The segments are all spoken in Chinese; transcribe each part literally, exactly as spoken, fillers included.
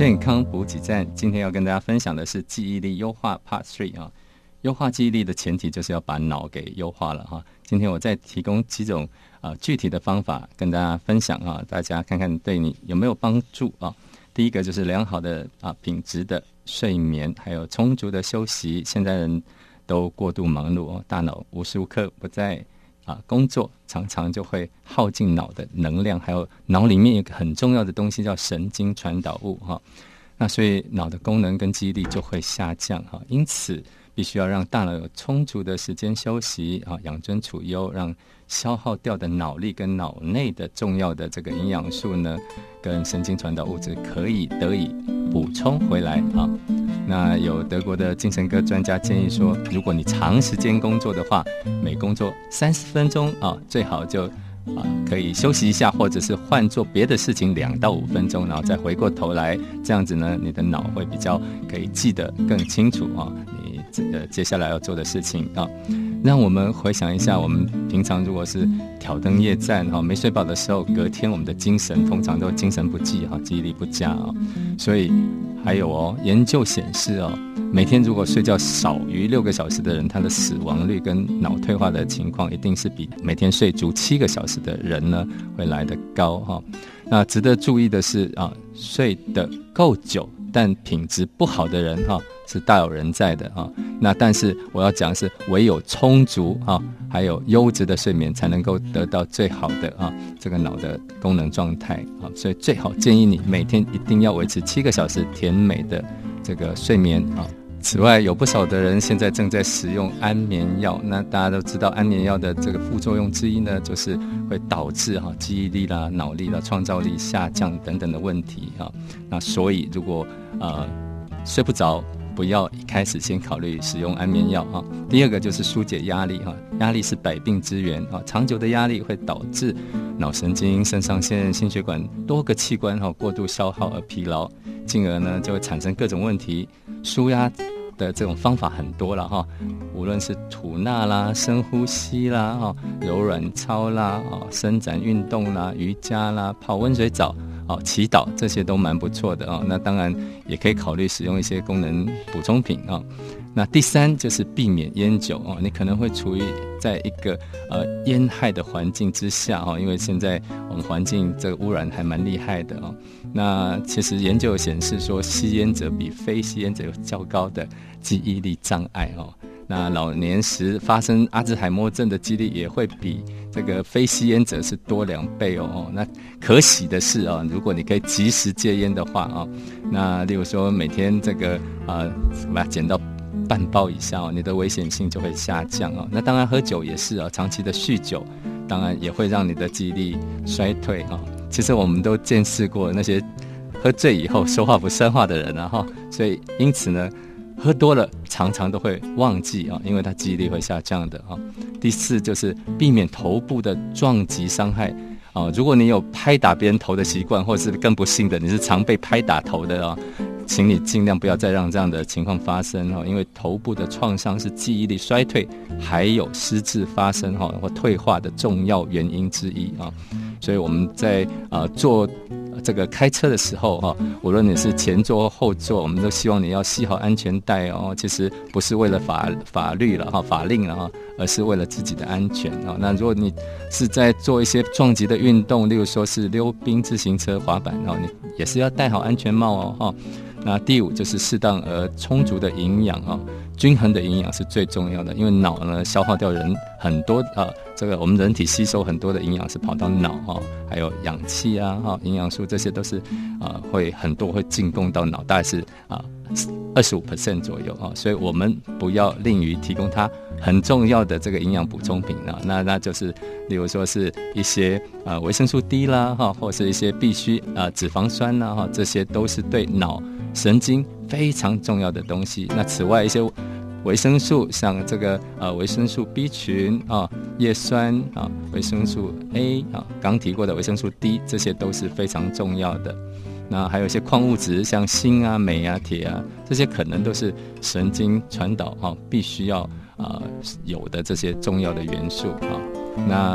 健康补给站，今天要跟大家分享的是记忆力优化 Part 三 啊。优化记忆力的前提就是要把脑给优化了哈。今天我再提供几种啊具体的方法跟大家分享啊，大家看看对你有没有帮助啊。第一个就是良好的啊品质的睡眠，还有充足的休息。现在人都过度忙碌哦，大脑无时无刻不在啊工作，常常就会耗尽脑的能量，还有脑里面有一个很重要的东西叫神经传导物哈。那所以脑的功能跟记忆力就会下降哈，因此必须要让大脑有充足的时间休息啊，养尊处优，让消耗掉的脑力跟脑内的重要的这个营养素呢，跟神经传导物质可以得以补充回来啊。那有德国的精神科专家建议说，如果你长时间工作的话，每工作三十分钟啊，最好就啊，可以休息一下，或者是换做别的事情两到五分钟，然后再回过头来，这样子呢，你的脑会比较可以记得更清楚啊，你呃接下来要做的事情啊。让我们回想一下，我们平常如果是挑灯夜战哈，没睡饱的时候，隔天我们的精神通常都精神不济哈，记忆力不佳啊。所以还有哦，研究显示哦，每天如果睡觉少于六个小时的人，他的死亡率跟脑退化的情况一定是比每天睡足七个小时的人呢会来得高哈。那值得注意的是啊，睡得够久但品质不好的人哈是大有人在的啊。那但是我要讲的是，唯有充足啊，还有优质的睡眠，才能够得到最好的啊这个脑的功能状态啊。所以最好建议你每天一定要维持七个小时甜美的这个睡眠啊。此外，有不少的人现在正在使用安眠药。那大家都知道，安眠药的这个副作用之一呢，就是会导致哈、啊、记忆力啦、脑力啦、创造力下降等等的问题啊。那所以，如果呃睡不着，不要一开始先考虑使用安眠药啊。第二个就是疏解压力哈、啊，压力是百病之源啊。长久的压力会导致脑神经、肾上腺、心血管多个器官哈、啊、过度消耗而疲劳，进而呢就会产生各种问题。舒压的这种方法很多了哈，无论是吐纳啦、深呼吸啦、哈柔软操啦、啊伸展运动啦、瑜伽啦、泡温水澡、啊祈祷，这些都蛮不错的啊。那当然也可以考虑使用一些功能补充品啊。那第三就是避免烟酒哦，你可能会处于在一个呃烟害的环境之下哦，因为现在我们环境这个污染还蛮厉害的哦。那其实研究显示说，吸烟者比非吸烟者有较高的记忆力障碍哦。那老年时发生阿兹海默症的几率也会比这个非吸烟者是多两倍哦。那可喜的是啊，如果你可以及时戒烟的话啊，那例如说每天这个啊把它减到半包以下哦，你的危险性就会下降哦。那当然喝酒也是啊，长期的酗酒，当然也会让你的记忆力衰退哈。其实我们都见识过那些喝醉以后说话不算话的人啊哈，所以因此呢，喝多了常常都会忘记啊，因为他记忆力会下降的啊。第四就是避免头部的撞击伤害啊，如果你有拍打别人头的习惯，或者是更不幸的你是常被拍打头的啊，请你尽量不要再让这样的情况发生哦，因为头部的创伤是记忆力衰退还有失智发生哈或退化的重要原因之一啊。所以我们在呃做这个开车的时候哈，无论你是前座或后座，我们都希望你要系好安全带哦。其实不是为了法法律了哈、法令了哈，而是为了自己的安全啊。那如果你是在做一些撞击的运动，例如说是溜冰、自行车、滑板哦，你也是要戴好安全帽哦哈。那第五就是适当而充足的营养啊，均衡的营养是最重要的，因为脑呢消耗掉人很多啊，这个我们人体吸收很多的营养是跑到脑哈，还有氧气啊哈，营养素这些都是啊会很多会进贡到脑，大概是啊二十五 percent 左右啊，所以我们不要吝于提供它很重要的这个营养补充品啊，那那就是例如说是一些啊维生素 D 啦哈，或是一些必需啊脂肪酸啦哈，这些都是对脑神经非常重要的东西。那此外一些维生素，像这个呃维生素 B 群啊、叶酸啊、维生素 A 啊，刚提过的维生素 D， 这些都是非常重要的。那还有一些矿物质，像锌啊、镁啊、铁啊，这些可能都是神经传导哈、啊、必须要啊、呃、有的这些重要的元素啊。那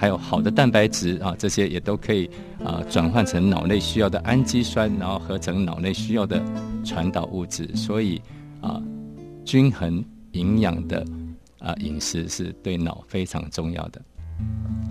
还有好的蛋白质啊，这些也都可以啊转换成脑内需要的氨基酸，然后合成脑内需要的传导物质。所以啊，均衡营养的啊饮食是对脑非常重要的。